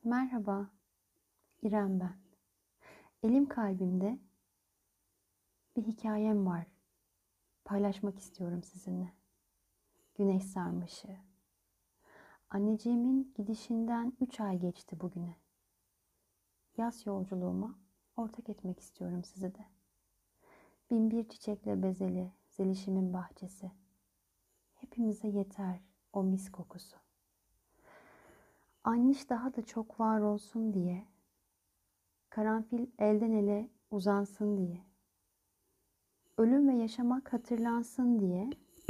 Merhaba, İrem ben. Elim kalbimde bir hikayem var. Paylaşmak istiyorum sizinle. Güneş sarmaşığı. Anneciğimin gidişinden 3 ay geçti bugüne. Yaz yolculuğuma ortak etmek istiyorum sizi de. Bin bir çiçekle bezeli zelişimin bahçesi. Hepimize yeter o mis kokusu. Anniş daha da çok var olsun diye, karanfil elden ele uzansın diye, ölüm ve yaşamak hatırlansın diye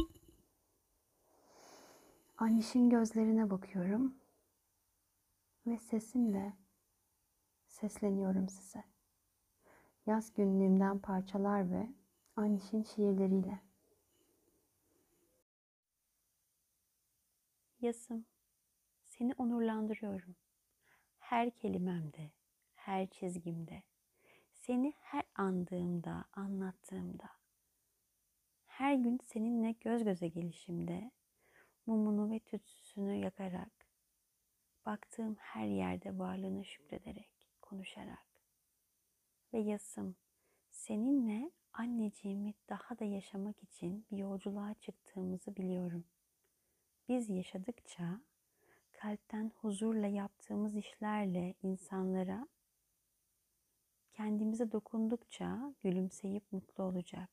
Annişin gözlerine bakıyorum ve sesimle sesleniyorum size. Yaz günlüğümden parçalar ve Annişin şiirleriyle. Yazım, seni onurlandırıyorum. Her kelimemde, her çizgimde, seni her andığımda, anlattığımda, her gün seninle göz göze gelişimde, mumunu ve tütsüsünü yakarak, baktığım her yerde varlığına şükrederek, konuşarak ve yazım, seninle anneciğimi daha da yaşamak için bir yolculuğa çıktığımızı biliyorum. Biz yaşadıkça, kalpten huzurla yaptığımız işlerle insanlara, kendimize dokundukça gülümseyip mutlu olacak.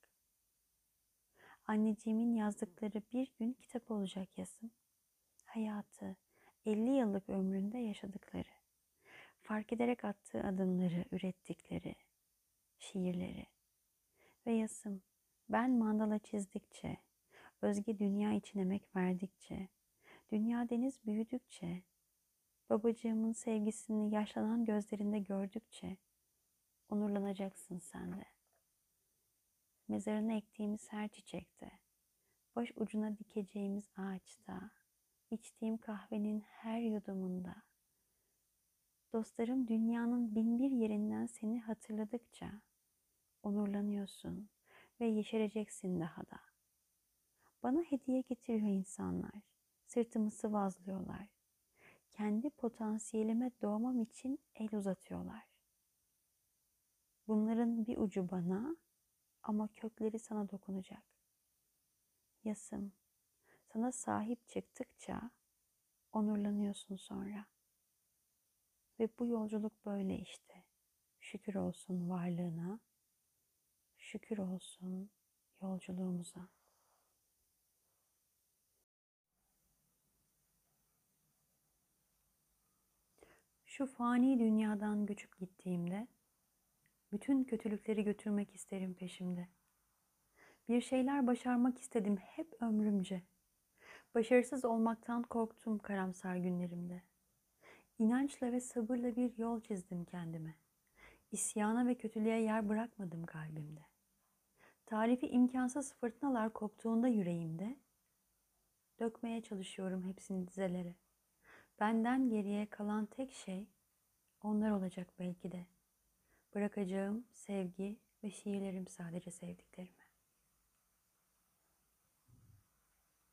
Anneciğimin yazdıkları bir gün kitap olacak yazım. Hayatı, 50 yıllık ömründe yaşadıkları, fark ederek attığı adımları, ürettikleri şiirleri ve yazım. Ben mandala çizdikçe, özge dünya için emek verdikçe, dünya deniz büyüdükçe, babacığımın sevgisini yaşlanan gözlerinde gördükçe, onurlanacaksın sen de. Mezarına ektiğimiz her çiçekte, baş ucuna dikeceğimiz ağaçta, içtiğim kahvenin her yudumunda, dostlarım dünyanın bin bir yerinden seni hatırladıkça, onurlanıyorsun ve yeşereceksin daha da. Bana hediye getiriyor insanlar, sırtımı sıvazlıyorlar. Kendi potansiyelime doğmam için el uzatıyorlar. Bunların bir ucu bana ama kökleri sana dokunacak. Yasım, sana sahip çıktıkça onurlanıyorsun sonra. Ve bu yolculuk böyle işte. Şükür olsun varlığına, şükür olsun yolculuğumuza. Şu fani dünyadan göçüp gittiğimde, bütün kötülükleri götürmek isterim peşimde. Bir şeyler başarmak istedim hep ömrümce. Başarısız olmaktan korktum karamsar günlerimde. İnançla ve sabırla bir yol çizdim kendime. İsyana ve kötülüğe yer bırakmadım kalbimde. Tarifi imkansız fırtınalar koptuğunda yüreğimde, dökmeye çalışıyorum hepsini dizelere. Benden geriye kalan tek şey onlar olacak belki de. Bırakacağım sevgi ve şiirlerim sadece sevdiklerim.